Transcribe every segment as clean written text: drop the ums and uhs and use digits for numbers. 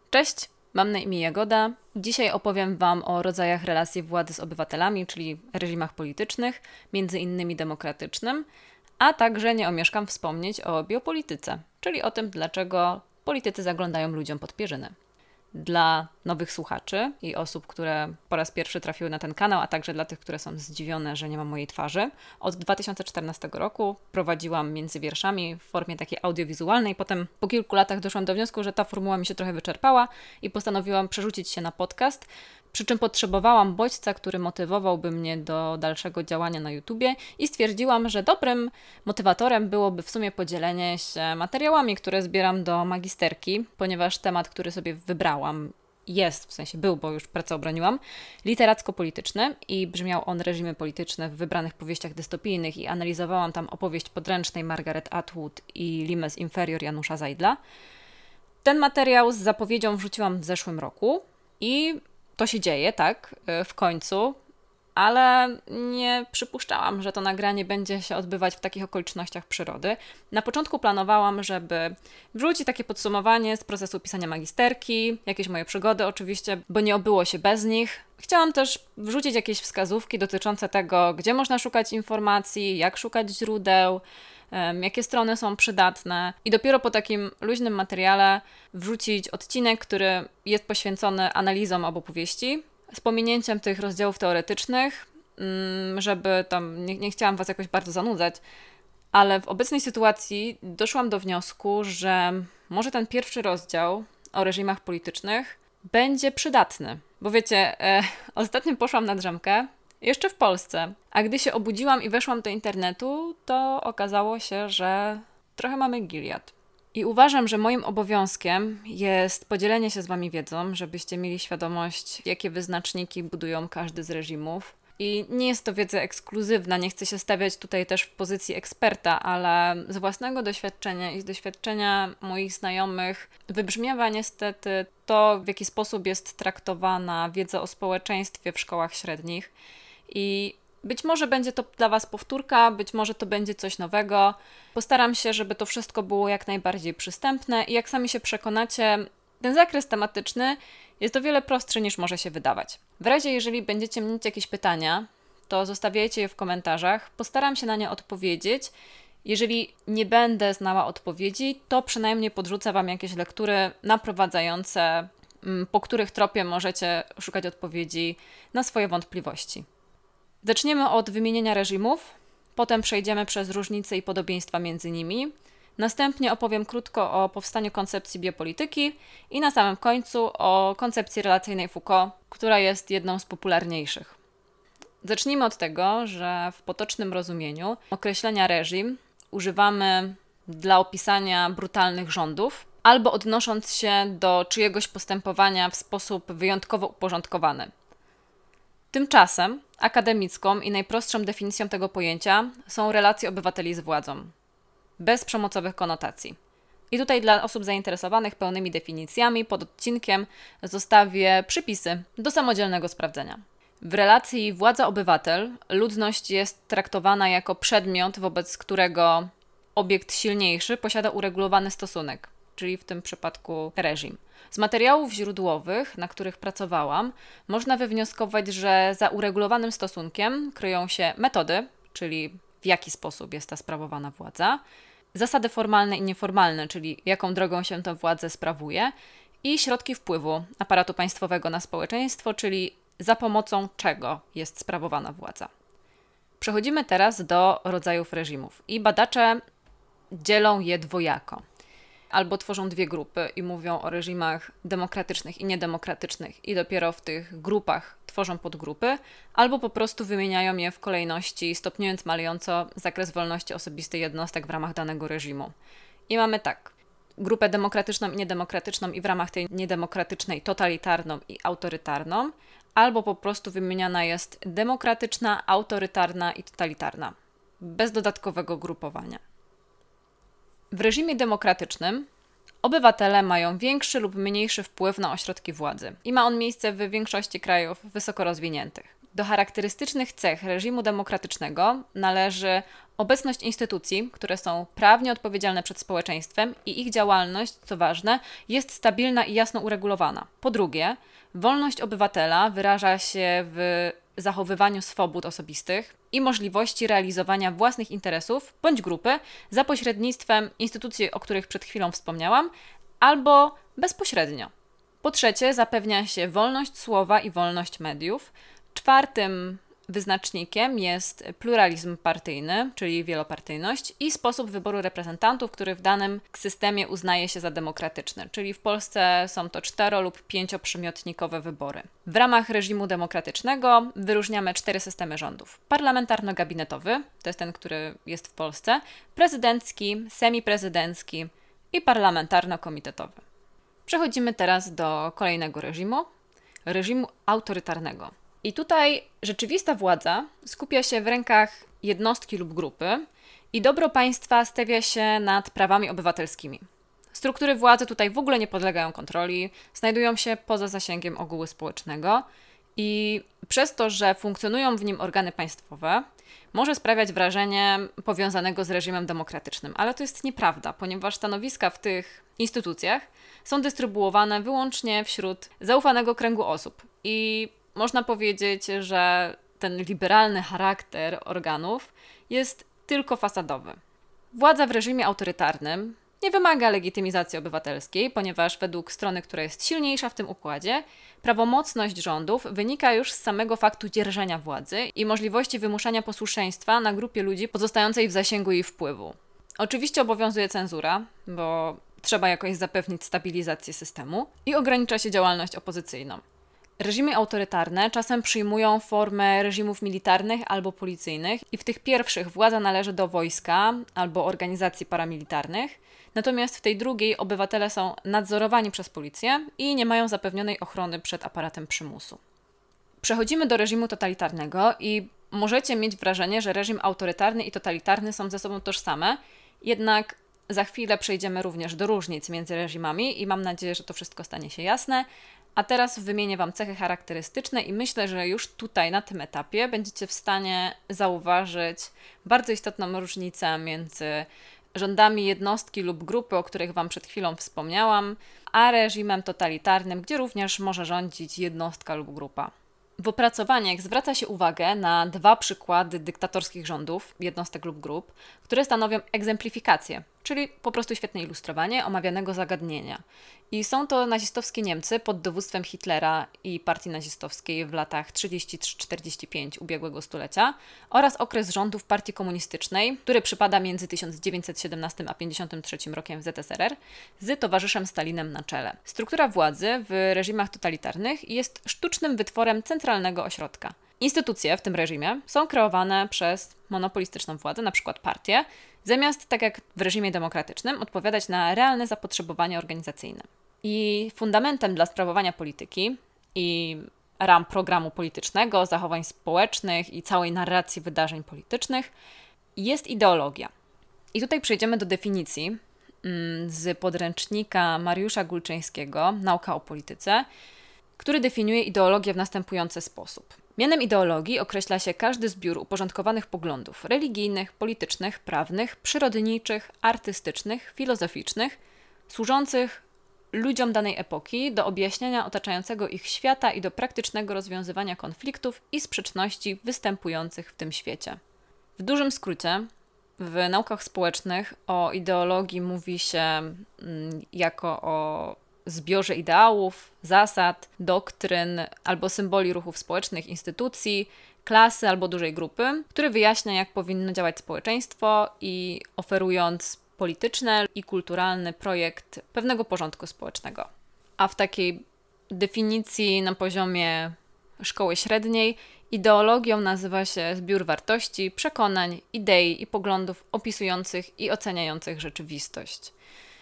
Cześć, mam na imię Jagoda. Dzisiaj opowiem Wam o rodzajach relacji władzy z obywatelami, czyli reżimach politycznych, między innymi demokratycznym, a także nie omieszkam wspomnieć o biopolityce, czyli o tym, dlaczego politycy zaglądają ludziom pod pierzyny. Dla nowych słuchaczy i osób, które po raz pierwszy trafiły na ten kanał, a także dla tych, które są zdziwione, że nie ma mojej twarzy. Od 2014 roku prowadziłam między wierszami w formie takiej audiowizualnej. Potem po kilku latach doszłam do wniosku, że ta formuła mi się trochę wyczerpała i postanowiłam przerzucić się na podcast. Przy czym potrzebowałam bodźca, który motywowałby mnie do dalszego działania na YouTubie i stwierdziłam, że dobrym motywatorem byłoby w sumie podzielenie się materiałami, które zbieram do magisterki, ponieważ temat, który sobie wybrałam był, bo już pracę obroniłam, literacko-polityczny i brzmiał on reżimy polityczne w wybranych powieściach dystopijnych i analizowałam tam opowieść podręcznej Margaret Atwood i Limes Inferior Janusza Zajdla. Ten materiał z zapowiedzią wrzuciłam w zeszłym roku i to się dzieje, tak, w końcu, ale nie przypuszczałam, że to nagranie będzie się odbywać w takich okolicznościach przyrody. Na początku planowałam, żeby wrzucić takie podsumowanie z procesu pisania magisterki, jakieś moje przygody oczywiście, bo nie obyło się bez nich. Chciałam też wrzucić jakieś wskazówki dotyczące tego, gdzie można szukać informacji, jak szukać źródeł, jakie strony są przydatne i dopiero po takim luźnym materiale wrzucić odcinek, który jest poświęcony analizom obu powieści, z pominięciem tych rozdziałów teoretycznych, żeby tam, nie chciałam Was jakoś bardzo zanudzać, ale w obecnej sytuacji doszłam do wniosku, że może ten pierwszy rozdział o reżimach politycznych będzie przydatny. Bo wiecie, ostatnio poszłam na drzemkę, jeszcze w Polsce, a gdy się obudziłam i weszłam do internetu, to okazało się, że trochę mamy Gilead. I uważam, że moim obowiązkiem jest podzielenie się z Wami wiedzą, żebyście mieli świadomość, jakie wyznaczniki budują każdy z reżimów. I nie jest to wiedza ekskluzywna, nie chcę się stawiać tutaj też w pozycji eksperta, ale z własnego doświadczenia i z doświadczenia moich znajomych wybrzmiewa niestety to, w jaki sposób jest traktowana wiedza o społeczeństwie w szkołach średnich. I być może będzie to dla Was powtórka, być może to będzie coś nowego. Postaram się, żeby to wszystko było jak najbardziej przystępne i jak sami się przekonacie, ten zakres tematyczny jest o wiele prostszy niż może się wydawać. W razie, jeżeli będziecie mieć jakieś pytania, to zostawiajcie je w komentarzach. Postaram się na nie odpowiedzieć. Jeżeli nie będę znała odpowiedzi, to przynajmniej podrzucę Wam jakieś lektury naprowadzające, po których tropie możecie szukać odpowiedzi na swoje wątpliwości. Zaczniemy od wymienienia reżimów, potem przejdziemy przez różnice i podobieństwa między nimi, następnie opowiem krótko o powstaniu koncepcji biopolityki i na samym końcu o koncepcji relacyjnej Foucault, która jest jedną z popularniejszych. Zacznijmy od tego, że w potocznym rozumieniu określenia reżim używamy dla opisania brutalnych rządów albo odnosząc się do czyjegoś postępowania w sposób wyjątkowo uporządkowany. Tymczasem akademicką i najprostszą definicją tego pojęcia są relacje obywateli z władzą, bez przemocowych konotacji. I tutaj dla osób zainteresowanych pełnymi definicjami pod odcinkiem zostawię przypisy do samodzielnego sprawdzenia. W relacji władza-obywatel ludność jest traktowana jako przedmiot, wobec którego obiekt silniejszy posiada uregulowany stosunek, czyli w tym przypadku reżim. Z materiałów źródłowych, na których pracowałam, można wywnioskować, że za uregulowanym stosunkiem kryją się metody, czyli w jaki sposób jest ta sprawowana władza, zasady formalne i nieformalne, czyli jaką drogą się tę władzę sprawuje, i środki wpływu aparatu państwowego na społeczeństwo, czyli za pomocą czego jest sprawowana władza. Przechodzimy teraz do rodzajów reżimów i badacze dzielą je dwojako. Albo tworzą dwie grupy i mówią o reżimach demokratycznych i niedemokratycznych i dopiero w tych grupach tworzą podgrupy, albo po prostu wymieniają je w kolejności, stopniując malejąco zakres wolności osobistej jednostek w ramach danego reżimu. I mamy tak, grupę demokratyczną i niedemokratyczną i w ramach tej niedemokratycznej totalitarną i autorytarną, albo po prostu wymieniana jest demokratyczna, autorytarna i totalitarna, bez dodatkowego grupowania. W reżimie demokratycznym obywatele mają większy lub mniejszy wpływ na ośrodki władzy i ma on miejsce w większości krajów wysoko rozwiniętych. Do charakterystycznych cech reżimu demokratycznego należy obecność instytucji, które są prawnie odpowiedzialne przed społeczeństwem i ich działalność, co ważne, jest stabilna i jasno uregulowana. Po drugie, wolność obywatela wyraża się w zachowywaniu swobód osobistych i możliwości realizowania własnych interesów bądź grupy za pośrednictwem instytucji, o których przed chwilą wspomniałam, albo bezpośrednio. Po trzecie, zapewnia się wolność słowa i wolność mediów. Czwartym wyznacznikiem jest pluralizm partyjny, czyli wielopartyjność i sposób wyboru reprezentantów, który w danym systemie uznaje się za demokratyczny, czyli w Polsce są to 4- lub 5-przymiotnikowe wybory. W ramach reżimu demokratycznego wyróżniamy 4 systemy rządów. Parlamentarno-gabinetowy, to jest ten, który jest w Polsce, prezydencki, semiprezydencki i parlamentarno-komitetowy. Przechodzimy teraz do kolejnego reżimu autorytarnego. I tutaj rzeczywista władza skupia się w rękach jednostki lub grupy i dobro państwa stawia się nad prawami obywatelskimi. Struktury władzy tutaj w ogóle nie podlegają kontroli, znajdują się poza zasięgiem ogółu społecznego i przez to, że funkcjonują w nim organy państwowe, może sprawiać wrażenie powiązanego z reżimem demokratycznym. Ale to jest nieprawda, ponieważ stanowiska w tych instytucjach są dystrybuowane wyłącznie wśród zaufanego kręgu osób. I można powiedzieć, że ten liberalny charakter organów jest tylko fasadowy. Władza w reżimie autorytarnym nie wymaga legitymizacji obywatelskiej, ponieważ według strony, która jest silniejsza w tym układzie, prawomocność rządów wynika już z samego faktu dzierżenia władzy i możliwości wymuszania posłuszeństwa na grupie ludzi pozostającej w zasięgu jej wpływu. Oczywiście obowiązuje cenzura, bo trzeba jakoś zapewnić stabilizację systemu i ogranicza się działalność opozycyjną. Reżimy autorytarne czasem przyjmują formę reżimów militarnych albo policyjnych i w tych pierwszych władza należy do wojska albo organizacji paramilitarnych, natomiast w tej drugiej obywatele są nadzorowani przez policję i nie mają zapewnionej ochrony przed aparatem przymusu. Przechodzimy do reżimu totalitarnego i możecie mieć wrażenie, że reżim autorytarny i totalitarny są ze sobą tożsame, jednak za chwilę przejdziemy również do różnic między reżimami i mam nadzieję, że to wszystko stanie się jasne. A teraz wymienię Wam cechy charakterystyczne i myślę, że już tutaj na tym etapie będziecie w stanie zauważyć bardzo istotną różnicę między rządami jednostki lub grupy, o których Wam przed chwilą wspomniałam, a reżimem totalitarnym, gdzie również może rządzić jednostka lub grupa. W opracowaniach zwraca się uwagę na 2 przykłady dyktatorskich rządów, jednostek lub grup, które stanowią egzemplifikację, czyli po prostu świetne ilustrowanie omawianego zagadnienia. I są to nazistowskie Niemcy pod dowództwem Hitlera i partii nazistowskiej w latach 33-45 ubiegłego stulecia oraz okres rządów partii komunistycznej, który przypada między 1917 a 1953 rokiem w ZSRR z towarzyszem Stalinem na czele. Struktura władzy w reżimach totalitarnych jest sztucznym wytworem centralnego ośrodka. Instytucje w tym reżimie są kreowane przez monopolistyczną władzę, np. partię, zamiast, tak jak w reżimie demokratycznym, odpowiadać na realne zapotrzebowanie organizacyjne. I fundamentem dla sprawowania polityki i ram programu politycznego, zachowań społecznych i całej narracji wydarzeń politycznych jest ideologia. I tutaj przejdziemy do definicji z podręcznika Mariusza Gulczyńskiego, Nauka o polityce, który definiuje ideologię w następujący sposób. Mianem ideologii określa się każdy zbiór uporządkowanych poglądów religijnych, politycznych, prawnych, przyrodniczych, artystycznych, filozoficznych, służących ludziom danej epoki do objaśniania otaczającego ich świata i do praktycznego rozwiązywania konfliktów i sprzeczności występujących w tym świecie. W dużym skrócie, w naukach społecznych o ideologii mówi się jako o zbiorze ideałów, zasad, doktryn albo symboli ruchów społecznych, instytucji, klasy albo dużej grupy, który wyjaśnia, jak powinno działać społeczeństwo i oferując polityczny i kulturalny projekt pewnego porządku społecznego. A w takiej definicji na poziomie szkoły średniej ideologią nazywa się zbiór wartości, przekonań, idei i poglądów opisujących i oceniających rzeczywistość.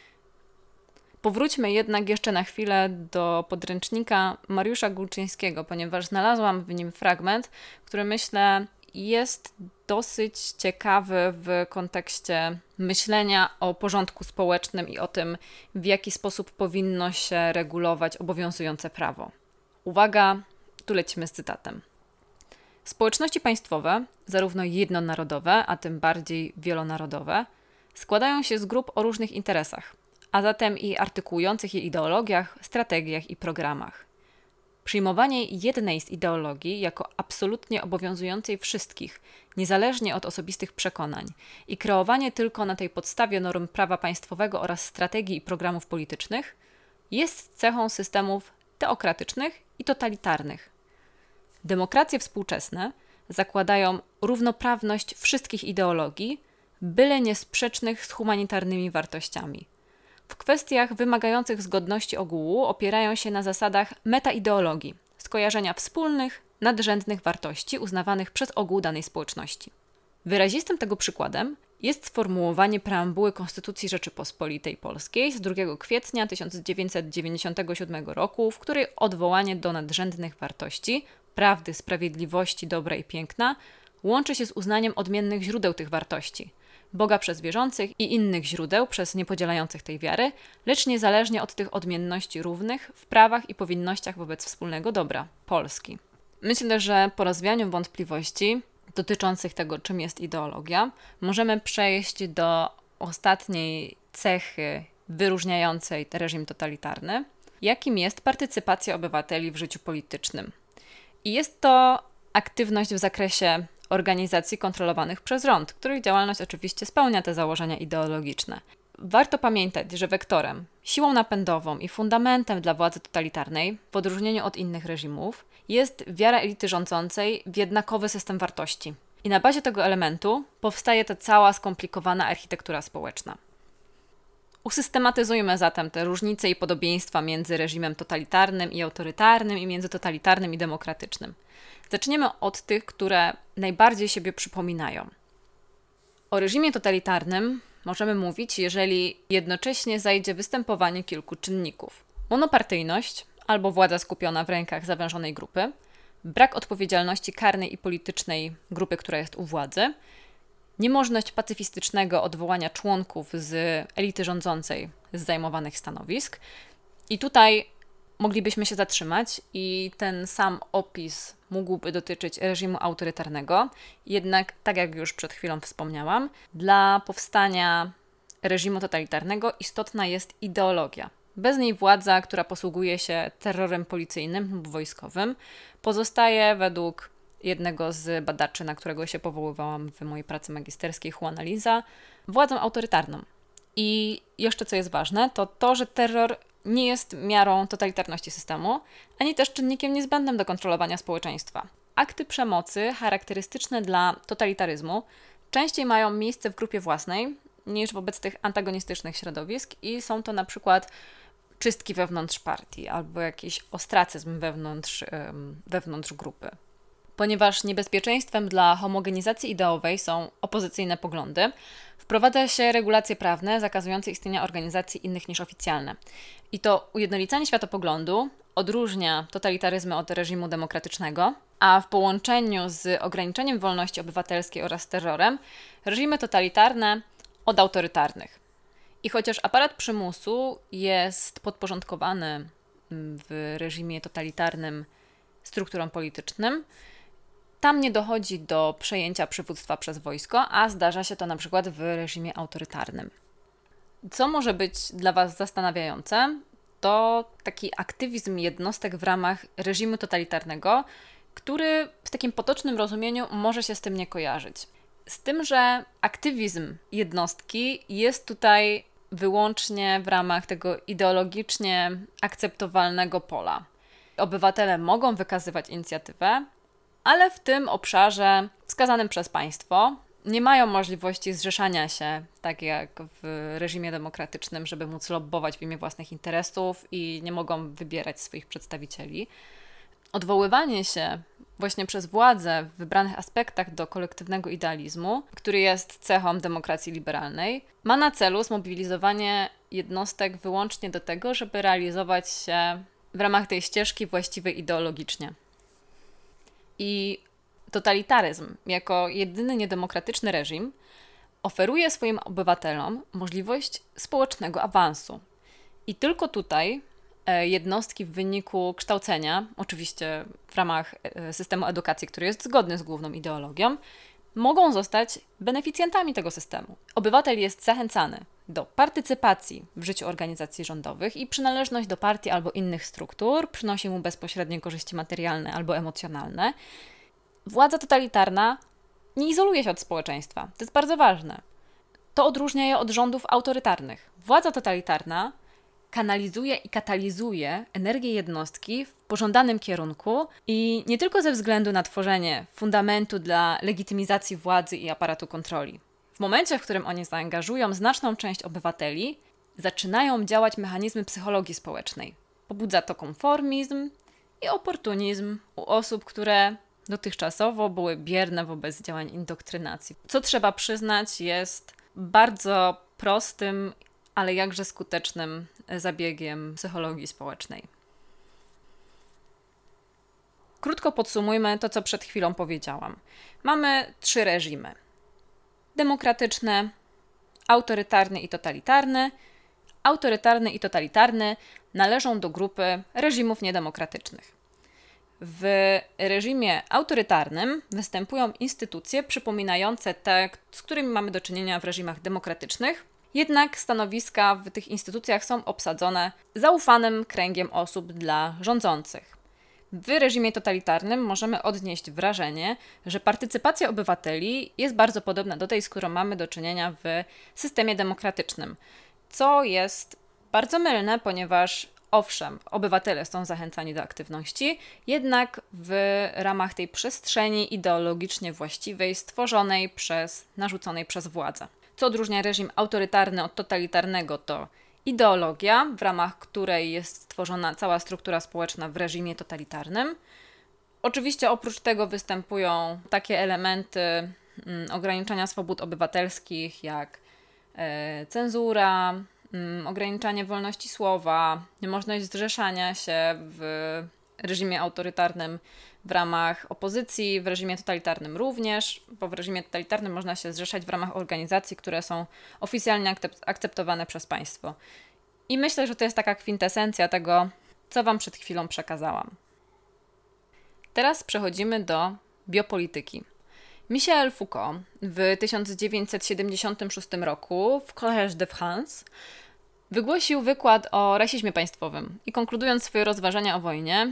Powróćmy jednak jeszcze na chwilę do podręcznika Mariusza Gulczyńskiego, ponieważ znalazłam w nim fragment, który myślę jest dosyć ciekawy w kontekście myślenia o porządku społecznym i o tym, w jaki sposób powinno się regulować obowiązujące prawo. Uwaga, tu lecimy z cytatem. Społeczności państwowe, zarówno jednonarodowe, a tym bardziej wielonarodowe, składają się z grup o różnych interesach, a zatem i artykułujących je ideologiach, strategiach i programach. Przyjmowanie jednej z ideologii jako absolutnie obowiązującej wszystkich, niezależnie od osobistych przekonań, i kreowanie tylko na tej podstawie norm prawa państwowego oraz strategii i programów politycznych jest cechą systemów teokratycznych i totalitarnych. Demokracje współczesne zakładają równoprawność wszystkich ideologii, byle niesprzecznych z humanitarnymi wartościami. W kwestiach wymagających zgodności ogółu opierają się na zasadach metaideologii, skojarzenia wspólnych, nadrzędnych wartości uznawanych przez ogół danej społeczności. Wyrazistym tego przykładem jest sformułowanie preambuły Konstytucji Rzeczypospolitej Polskiej z 2 kwietnia 1997 roku, w której odwołanie do nadrzędnych wartości, prawdy, sprawiedliwości, dobra i piękna łączy się z uznaniem odmiennych źródeł tych wartości, Boga przez wierzących i innych źródeł przez niepodzielających tej wiary, lecz niezależnie od tych odmienności równych w prawach i powinnościach wobec wspólnego dobra Polski. Myślę, że po rozwianiu wątpliwości dotyczących tego, czym jest ideologia, możemy przejść do ostatniej cechy wyróżniającej reżim totalitarny, jakim jest partycypacja obywateli w życiu politycznym. I jest to aktywność w zakresie organizacji kontrolowanych przez rząd, których działalność oczywiście spełnia te założenia ideologiczne. Warto pamiętać, że wektorem, siłą napędową i fundamentem dla władzy totalitarnej, w odróżnieniu od innych reżimów, jest wiara elity rządzącej w jednakowy system wartości. I na bazie tego elementu powstaje ta cała skomplikowana architektura społeczna. Usystematyzujmy zatem te różnice i podobieństwa między reżimem totalitarnym i autorytarnym i między totalitarnym i demokratycznym. Zaczniemy od tych, które najbardziej siebie przypominają. O reżimie totalitarnym możemy mówić, jeżeli jednocześnie zajdzie występowanie kilku czynników. Monopartyjność albo władza skupiona w rękach zawężonej grupy, brak odpowiedzialności karnej i politycznej grupy, która jest u władzy, niemożność pacyfistycznego odwołania członków z elity rządzącej z zajmowanych stanowisk. I tutaj moglibyśmy się zatrzymać i ten sam opis mógłby dotyczyć reżimu autorytarnego. Jednak, tak jak już przed chwilą wspomniałam, dla powstania reżimu totalitarnego istotna jest ideologia. Bez niej władza, która posługuje się terrorem policyjnym lub wojskowym, pozostaje według jednego z badaczy, na którego się powoływałam w mojej pracy magisterskiej, Juana Liza, władzą autorytarną. I jeszcze co jest ważne, to to, że terror nie jest miarą totalitarności systemu, ani też czynnikiem niezbędnym do kontrolowania społeczeństwa. Akty przemocy charakterystyczne dla totalitaryzmu częściej mają miejsce w grupie własnej niż wobec tych antagonistycznych środowisk i są to na przykład czystki wewnątrz partii albo jakiś ostracyzm wewnątrz grupy. Ponieważ niebezpieczeństwem dla homogenizacji ideowej są opozycyjne poglądy, wprowadza się regulacje prawne zakazujące istnienia organizacji innych niż oficjalne. I to ujednolicanie światopoglądu odróżnia totalitaryzmy od reżimu demokratycznego, a w połączeniu z ograniczeniem wolności obywatelskiej oraz terrorem, reżimy totalitarne od autorytarnych. I chociaż aparat przymusu jest podporządkowany w reżimie totalitarnym strukturom politycznym, tam nie dochodzi do przejęcia przywództwa przez wojsko, a zdarza się to na przykład w reżimie autorytarnym. Co może być dla Was zastanawiające, to taki aktywizm jednostek w ramach reżimu totalitarnego, który w takim potocznym rozumieniu może się z tym nie kojarzyć. Z tym, że aktywizm jednostki jest tutaj wyłącznie w ramach tego ideologicznie akceptowalnego pola. Obywatele mogą wykazywać inicjatywę, ale w tym obszarze wskazanym przez państwo nie mają możliwości zrzeszania się, tak jak w reżimie demokratycznym, żeby móc lobbować w imię własnych interesów i nie mogą wybierać swoich przedstawicieli. Odwoływanie się właśnie przez władzę w wybranych aspektach do kolektywnego idealizmu, który jest cechą demokracji liberalnej, ma na celu zmobilizowanie jednostek wyłącznie do tego, żeby realizować się w ramach tej ścieżki właściwej ideologicznie. I totalitaryzm, jako jedyny niedemokratyczny reżim, oferuje swoim obywatelom możliwość społecznego awansu. I tylko tutaj jednostki w wyniku kształcenia, oczywiście w ramach systemu edukacji, który jest zgodny z główną ideologią, mogą zostać beneficjentami tego systemu. Obywatel jest zachęcany do partycypacji w życiu organizacji rządowych i przynależność do partii albo innych struktur przynosi mu bezpośrednie korzyści materialne albo emocjonalne. Władza totalitarna nie izoluje się od społeczeństwa. To jest bardzo ważne. To odróżnia je od rządów autorytarnych. Władza totalitarna kanalizuje i katalizuje energię jednostki w pożądanym kierunku i nie tylko ze względu na tworzenie fundamentu dla legitymizacji władzy i aparatu kontroli. W momencie, w którym oni zaangażują znaczną część obywateli, zaczynają działać mechanizmy psychologii społecznej. Pobudza to konformizm i oportunizm u osób, które dotychczasowo były bierne wobec działań indoktrynacji. Co trzeba przyznać, jest bardzo prostym, ale jakże skutecznym zabiegiem psychologii społecznej. Krótko podsumujmy to, co przed chwilą powiedziałam. Mamy 3 reżimy. Demokratyczny, autorytarny i totalitarny. Autorytarny i totalitarny należą do grupy reżimów niedemokratycznych. W reżimie autorytarnym występują instytucje przypominające te, z którymi mamy do czynienia w reżimach demokratycznych, jednak stanowiska w tych instytucjach są obsadzone zaufanym kręgiem osób dla rządzących. W reżimie totalitarnym możemy odnieść wrażenie, że partycypacja obywateli jest bardzo podobna do tej, z którą mamy do czynienia w systemie demokratycznym, co jest bardzo mylne, ponieważ owszem, obywatele są zachęcani do aktywności, jednak w ramach tej przestrzeni ideologicznie właściwej, narzuconej przez władzę. Co odróżnia reżim autorytarny od totalitarnego, to ideologia, w ramach której jest stworzona cała struktura społeczna w reżimie totalitarnym. Oczywiście oprócz tego występują takie elementy ograniczania swobód obywatelskich, jak cenzura, ograniczanie wolności słowa, niemożność zrzeszania się w reżimie autorytarnym w ramach opozycji, w reżimie totalitarnym również, bo w reżimie totalitarnym można się zrzeszać w ramach organizacji, które są oficjalnie akceptowane przez państwo. I myślę, że to jest taka kwintesencja tego, co Wam przed chwilą przekazałam. Teraz przechodzimy do biopolityki. Michel Foucault w 1976 roku w Collège de France wygłosił wykład o rasizmie państwowym i konkludując swoje rozważania o wojnie,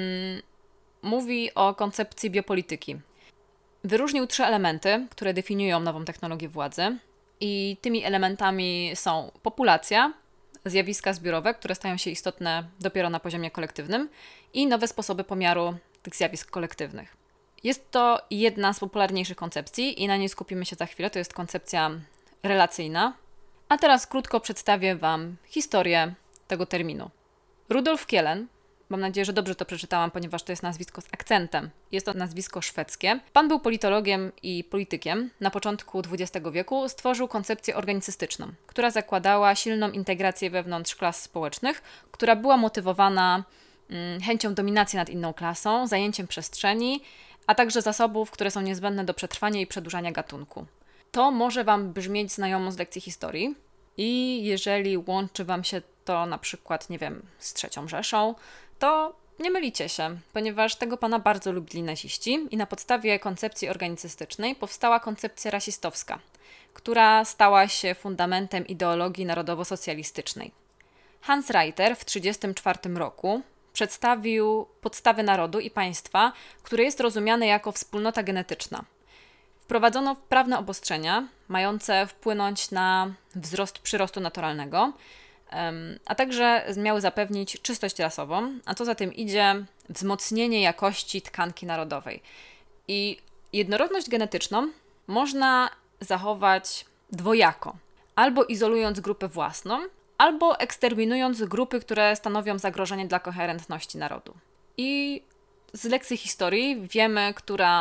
mówi o koncepcji biopolityki. Wyróżnił 3 elementy, które definiują nową technologię władzy i tymi elementami są populacja, zjawiska zbiorowe, które stają się istotne dopiero na poziomie kolektywnym i nowe sposoby pomiaru tych zjawisk kolektywnych. Jest to jedna z popularniejszych koncepcji i na niej skupimy się za chwilę, to jest koncepcja relacyjna. A teraz krótko przedstawię Wam historię tego terminu. Rudolf Kjellén, mam nadzieję, że dobrze to przeczytałam, ponieważ to jest nazwisko z akcentem. Jest to nazwisko szwedzkie. Pan był politologiem i politykiem. Na początku XX wieku stworzył koncepcję organicystyczną, która zakładała silną integrację wewnątrz klas społecznych, która była motywowana chęcią dominacji nad inną klasą, zajęciem przestrzeni, a także zasobów, które są niezbędne do przetrwania i przedłużania gatunku. To może Wam brzmieć znajomo z lekcji historii i jeżeli łączy Wam się to na przykład, nie wiem, z III Rzeszą, to nie mylicie się, ponieważ tego pana bardzo lubili naziści i na podstawie koncepcji organicystycznej powstała koncepcja rasistowska, która stała się fundamentem ideologii narodowo-socjalistycznej. Hans Reiter w 1934 roku przedstawił podstawy narodu i państwa, które jest rozumiane jako wspólnota genetyczna. Wprowadzono prawne obostrzenia mające wpłynąć na wzrost przyrostu naturalnego, a także miały zapewnić czystość rasową, a co za tym idzie wzmocnienie jakości tkanki narodowej. I jednorodność genetyczną można zachować dwojako. Albo izolując grupę własną, albo eksterminując grupy, które stanowią zagrożenie dla koherentności narodu. I z lekcji historii wiemy,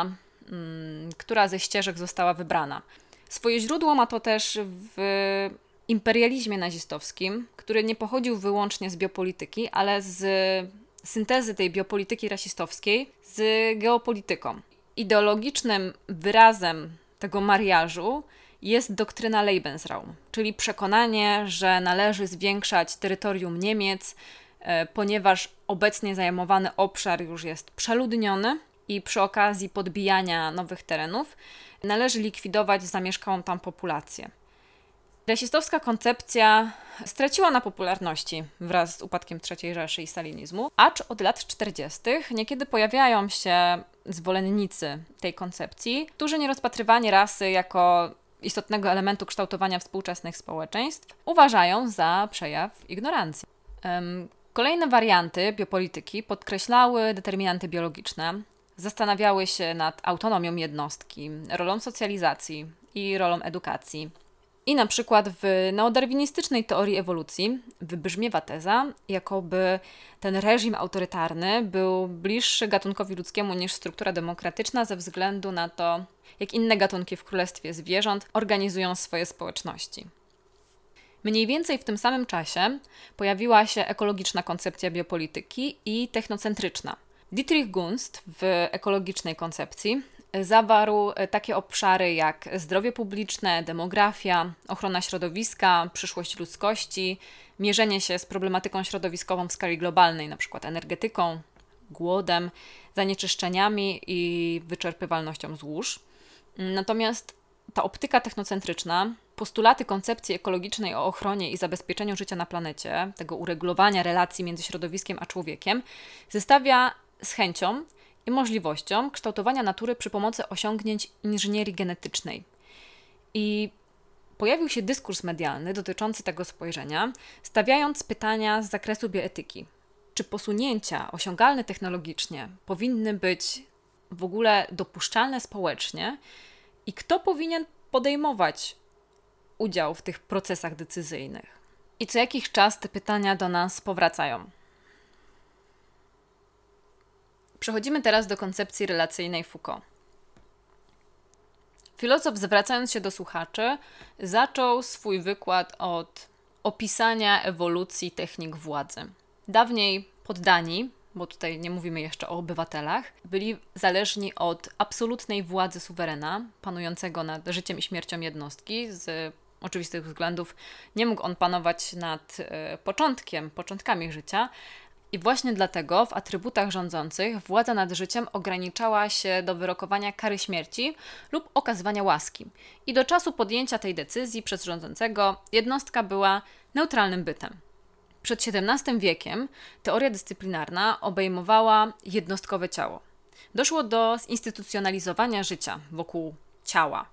która ze ścieżek została wybrana. Swoje źródło ma to też w imperializmie nazistowskim, który nie pochodził wyłącznie z biopolityki, ale z syntezy tej biopolityki rasistowskiej z geopolityką. Ideologicznym wyrazem tego mariażu jest doktryna Lebensraum, czyli przekonanie, że należy zwiększać terytorium Niemiec ponieważ obecnie zajmowany obszar już jest przeludniony i przy okazji podbijania nowych terenów należy likwidować zamieszkałą tam populację. Rasistowska koncepcja straciła na popularności wraz z upadkiem III Rzeszy i stalinizmu, acz od lat 40. niekiedy pojawiają się zwolennicy tej koncepcji, którzy nierozpatrywanie rasy jako istotnego elementu kształtowania współczesnych społeczeństw uważają za przejaw ignorancji. Kolejne warianty biopolityki podkreślały determinanty biologiczne, zastanawiały się nad autonomią jednostki, rolą socjalizacji i rolą edukacji. I na przykład w neodarwinistycznej teorii ewolucji wybrzmiewa teza, jakoby ten reżim autorytarny był bliższy gatunkowi ludzkiemu niż struktura demokratyczna ze względu na to, jak inne gatunki w królestwie zwierząt organizują swoje społeczności. Mniej więcej w tym samym czasie pojawiła się ekologiczna koncepcja biopolityki i technocentryczna. Dietrich Gunst w ekologicznej koncepcji zawarł takie obszary jak zdrowie publiczne, demografia, ochrona środowiska, przyszłość ludzkości, mierzenie się z problematyką środowiskową w skali globalnej, np. energetyką, głodem, zanieczyszczeniami i wyczerpywalnością złóż. Natomiast ta optyka technocentryczna, postulaty koncepcji ekologicznej o ochronie i zabezpieczeniu życia na planecie, tego uregulowania relacji między środowiskiem a człowiekiem, zestawia z chęcią i możliwością kształtowania natury przy pomocy osiągnięć inżynierii genetycznej. I pojawił się dyskurs medialny dotyczący tego spojrzenia, stawiając pytania z zakresu bioetyki. Czy posunięcia osiągalne technologicznie powinny być w ogóle dopuszczalne społecznie i kto powinien podejmować udział w tych procesach decyzyjnych? I co jakiś czas te pytania do nas powracają. Przechodzimy teraz do koncepcji relacyjnej Foucault. Filozof, zwracając się do słuchaczy, zaczął swój wykład od opisania ewolucji technik władzy. Dawniej poddani, bo tutaj nie mówimy jeszcze o obywatelach, byli zależni od absolutnej władzy suwerena, panującego nad życiem i śmiercią jednostki. Z oczywistych względów nie mógł on panować nad początkami życia. I właśnie dlatego w atrybutach rządzących władza nad życiem ograniczała się do wyrokowania kary śmierci lub okazywania łaski. I do czasu podjęcia tej decyzji przez rządzącego jednostka była neutralnym bytem. Przed XVII wiekiem teoria dyscyplinarna obejmowała jednostkowe ciało. Doszło do zinstytucjonalizowania życia wokół ciała.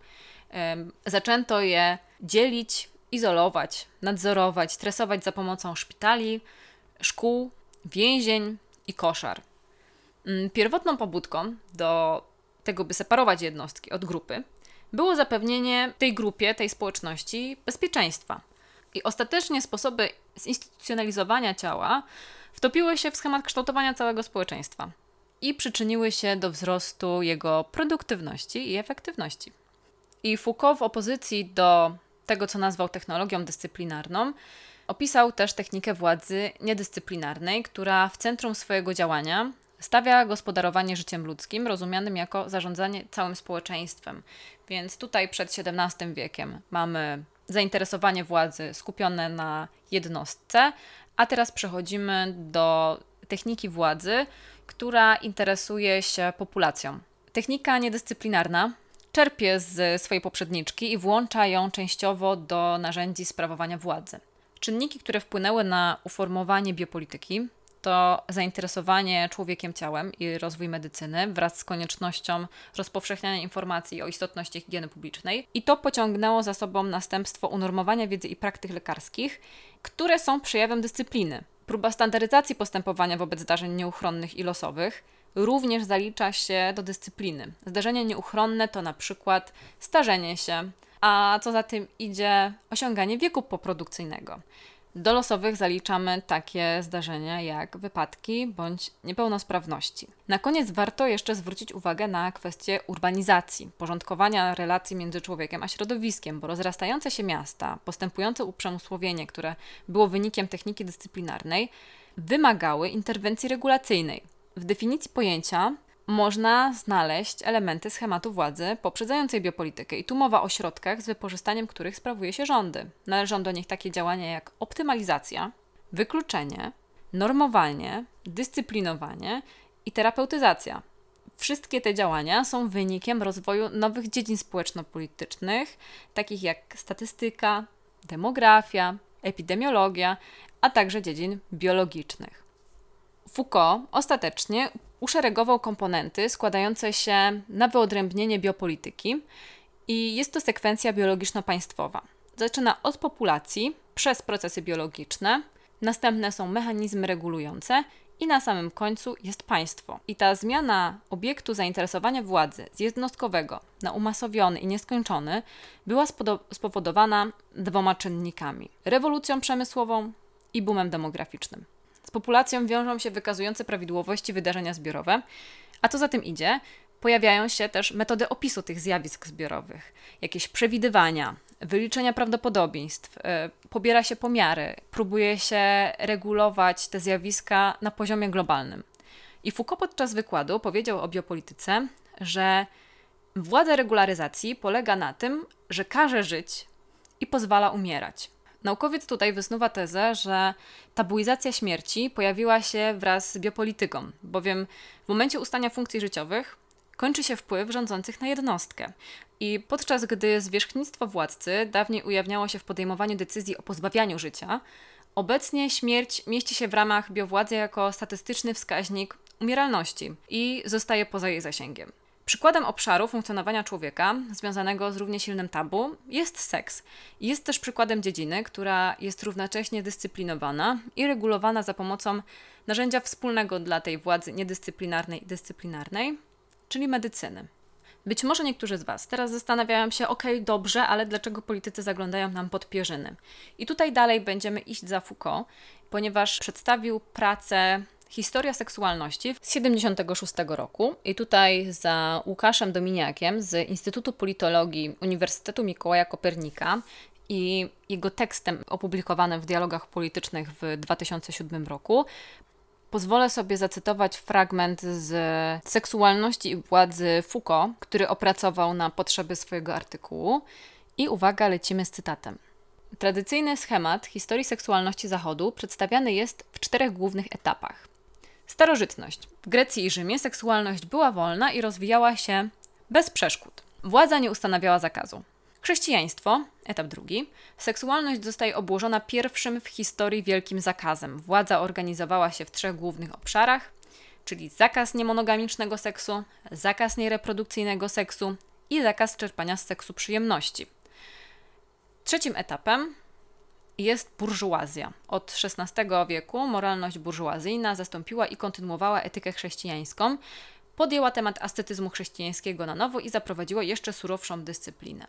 Zaczęto je dzielić, izolować, nadzorować, stresować za pomocą szpitali, szkół, więzień i koszar. Pierwotną pobudką do tego, by separować jednostki od grupy, było zapewnienie tej grupie, tej społeczności bezpieczeństwa. I ostatecznie sposoby zinstytucjonalizowania ciała wtopiły się w schemat kształtowania całego społeczeństwa i przyczyniły się do wzrostu jego produktywności i efektywności. I Foucault w opozycji do tego, co nazwał technologią dyscyplinarną, opisał też technikę władzy niedyscyplinarnej, która w centrum swojego działania stawia gospodarowanie życiem ludzkim, rozumianym jako zarządzanie całym społeczeństwem. Więc tutaj przed XVII wiekiem mamy zainteresowanie władzy skupione na jednostce, a teraz przechodzimy do techniki władzy, która interesuje się populacją. Technika niedyscyplinarna czerpie z swojej poprzedniczki i włącza ją częściowo do narzędzi sprawowania władzy. Czynniki, które wpłynęły na uformowanie biopolityki, to zainteresowanie człowiekiem ciałem i rozwój medycyny wraz z koniecznością rozpowszechniania informacji o istotności higieny publicznej. I to pociągnęło za sobą następstwo unormowania wiedzy i praktyk lekarskich, które są przejawem dyscypliny. Próba standaryzacji postępowania wobec zdarzeń nieuchronnych i losowych również zalicza się do dyscypliny. Zdarzenia nieuchronne to na przykład starzenie się, a co za tym idzie osiąganie wieku poprodukcyjnego. Do losowych zaliczamy takie zdarzenia jak wypadki bądź niepełnosprawności. Na koniec warto jeszcze zwrócić uwagę na kwestię urbanizacji, porządkowania relacji między człowiekiem a środowiskiem, bo rozrastające się miasta, postępujące uprzemysłowienie, które było wynikiem techniki dyscyplinarnej, wymagały interwencji regulacyjnej. W definicji pojęcia można znaleźć elementy schematu władzy poprzedzającej biopolitykę i tu mowa o środkach, z wykorzystaniem których sprawuje się rządy. Należą do nich takie działania jak optymalizacja, wykluczenie, normowanie, dyscyplinowanie i terapeutyzacja. Wszystkie te działania są wynikiem rozwoju nowych dziedzin społeczno-politycznych, takich jak statystyka, demografia, epidemiologia, a także dziedzin biologicznych. Foucault ostatecznie uszeregował komponenty składające się na wyodrębnienie biopolityki i jest to sekwencja biologiczno-państwowa. Zaczyna od populacji przez procesy biologiczne, następne są mechanizmy regulujące i na samym końcu jest państwo. I ta zmiana obiektu zainteresowania władzy z jednostkowego na umasowiony i nieskończony była spowodowana 2 czynnikami: rewolucją przemysłową i boomem demograficznym. Z populacją wiążą się wykazujące prawidłowości wydarzenia zbiorowe, a co za tym idzie, pojawiają się też metody opisu tych zjawisk zbiorowych, jakieś przewidywania, wyliczenia prawdopodobieństw, pobiera się pomiary, próbuje się regulować te zjawiska na poziomie globalnym. I Foucault podczas wykładu powiedział o biopolityce, że władza regularyzacji polega na tym, że każe żyć i pozwala umierać. Naukowiec tutaj wysnuwa tezę, że tabuizacja śmierci pojawiła się wraz z biopolityką, bowiem w momencie ustania funkcji życiowych kończy się wpływ rządzących na jednostkę. I podczas gdy zwierzchnictwo władcy dawniej ujawniało się w podejmowaniu decyzji o pozbawianiu życia, obecnie śmierć mieści się w ramach biowładzy jako statystyczny wskaźnik umieralności i zostaje poza jej zasięgiem. Przykładem obszaru funkcjonowania człowieka związanego z równie silnym tabu jest seks. Jest też przykładem dziedziny, która jest równocześnie dyscyplinowana i regulowana za pomocą narzędzia wspólnego dla tej władzy niedyscyplinarnej i dyscyplinarnej, czyli medycyny. Być może niektórzy z Was teraz zastanawiają się, dobrze, ale dlaczego politycy zaglądają nam pod pierzyny? I tutaj dalej będziemy iść za Foucault, ponieważ przedstawił pracę Historia seksualności z 1976 roku i tutaj za Łukaszem Dominiakiem z Instytutu Politologii Uniwersytetu Mikołaja Kopernika i jego tekstem opublikowanym w Dialogach Politycznych w 2007 roku pozwolę sobie zacytować fragment z Seksualności i władzy Foucault, który opracował na potrzeby swojego artykułu. I uwaga, lecimy z cytatem. Tradycyjny schemat historii seksualności Zachodu przedstawiany jest w 4 głównych etapach. Starożytność. W Grecji i Rzymie seksualność była wolna i rozwijała się bez przeszkód. Władza nie ustanawiała zakazu. Chrześcijaństwo, etap 2. Seksualność zostaje obłożona pierwszym w historii wielkim zakazem. Władza organizowała się w 3 głównych obszarach, czyli zakaz niemonogamicznego seksu, zakaz niereprodukcyjnego seksu i zakaz czerpania z seksu przyjemności. 3. etapem jest burżuazja. Od XVI wieku moralność burżuazyjna zastąpiła i kontynuowała etykę chrześcijańską, podjęła temat ascetyzmu chrześcijańskiego na nowo i zaprowadziła jeszcze surowszą dyscyplinę.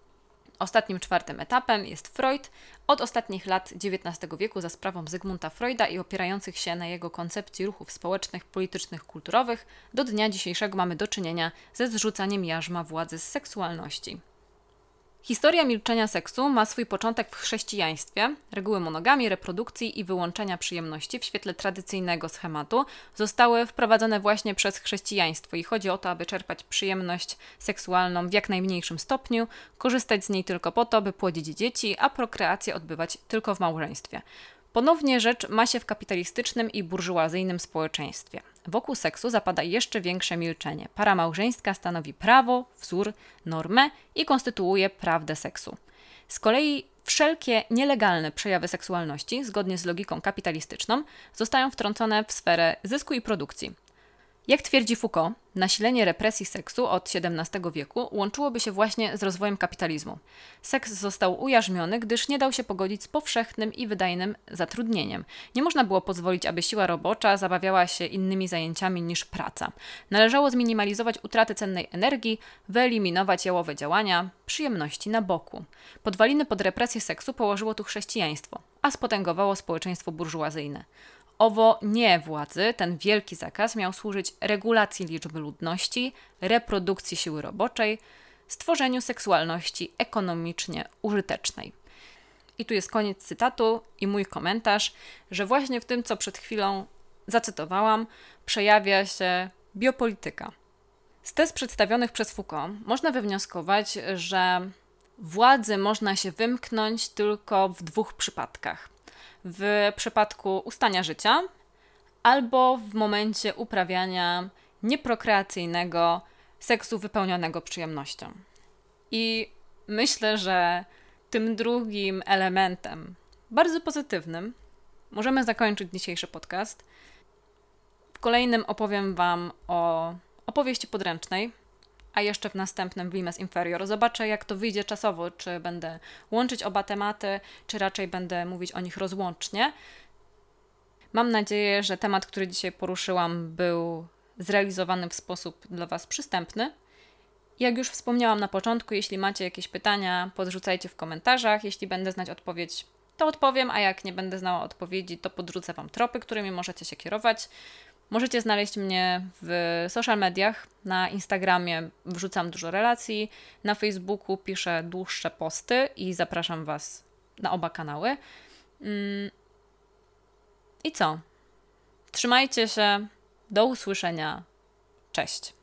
Ostatnim 4. etapem jest Freud. Od ostatnich lat XIX wieku za sprawą Zygmunta Freuda i opierających się na jego koncepcji ruchów społecznych, politycznych, kulturowych, do dnia dzisiejszego mamy do czynienia ze zrzucaniem jarzma władzy z seksualności. Historia milczenia seksu ma swój początek w chrześcijaństwie. Reguły monogamii, reprodukcji i wyłączenia przyjemności w świetle tradycyjnego schematu zostały wprowadzone właśnie przez chrześcijaństwo i chodzi o to, aby czerpać przyjemność seksualną w jak najmniejszym stopniu, korzystać z niej tylko po to, by płodzić dzieci, a prokreację odbywać tylko w małżeństwie. Ponownie rzecz ma się w kapitalistycznym i burżuazyjnym społeczeństwie. Wokół seksu zapada jeszcze większe milczenie. Para małżeńska stanowi prawo, wzór, normę i konstytuuje prawdę seksu. Z kolei wszelkie nielegalne przejawy seksualności, zgodnie z logiką kapitalistyczną, zostają wtrącone w sferę zysku i produkcji. Jak twierdzi Foucault, nasilenie represji seksu od XVII wieku łączyłoby się właśnie z rozwojem kapitalizmu. Seks został ujarzmiony, gdyż nie dał się pogodzić z powszechnym i wydajnym zatrudnieniem. Nie można było pozwolić, aby siła robocza zabawiała się innymi zajęciami niż praca. Należało zminimalizować utraty cennej energii, wyeliminować jałowe działania, przyjemności na boku. Podwaliny pod represję seksu położyło tu chrześcijaństwo, a spotęgowało społeczeństwo burżuazyjne. Owo nie władzy, ten wielki zakaz miał służyć regulacji liczby ludności, reprodukcji siły roboczej, stworzeniu seksualności ekonomicznie użytecznej. I tu jest koniec cytatu i mój komentarz, że właśnie w tym, co przed chwilą zacytowałam, przejawia się biopolityka. Z tez przedstawionych przez Foucault można wywnioskować, że władzy można się wymknąć tylko w 2 przypadkach. W przypadku ustania życia albo w momencie uprawiania nieprokreacyjnego seksu wypełnionego przyjemnością. I myślę, że tym drugim elementem, bardzo pozytywnym, możemy zakończyć dzisiejszy podcast. W kolejnym opowiem Wam o opowieści podręcznej, a jeszcze w następnym Limes Inferior. Zobaczę, jak to wyjdzie czasowo, czy będę łączyć oba tematy, czy raczej będę mówić o nich rozłącznie. Mam nadzieję, że temat, który dzisiaj poruszyłam, był zrealizowany w sposób dla Was przystępny. Jak już wspomniałam na początku, jeśli macie jakieś pytania, podrzucajcie w komentarzach. Jeśli będę znać odpowiedź, to odpowiem, a jak nie będę znała odpowiedzi, to podrzucę Wam tropy, którymi możecie się kierować. Możecie znaleźć mnie w social mediach. Na Instagramie wrzucam dużo relacji, na Facebooku piszę dłuższe posty i zapraszam Was na oba kanały. I co? Trzymajcie się. Do usłyszenia. Cześć.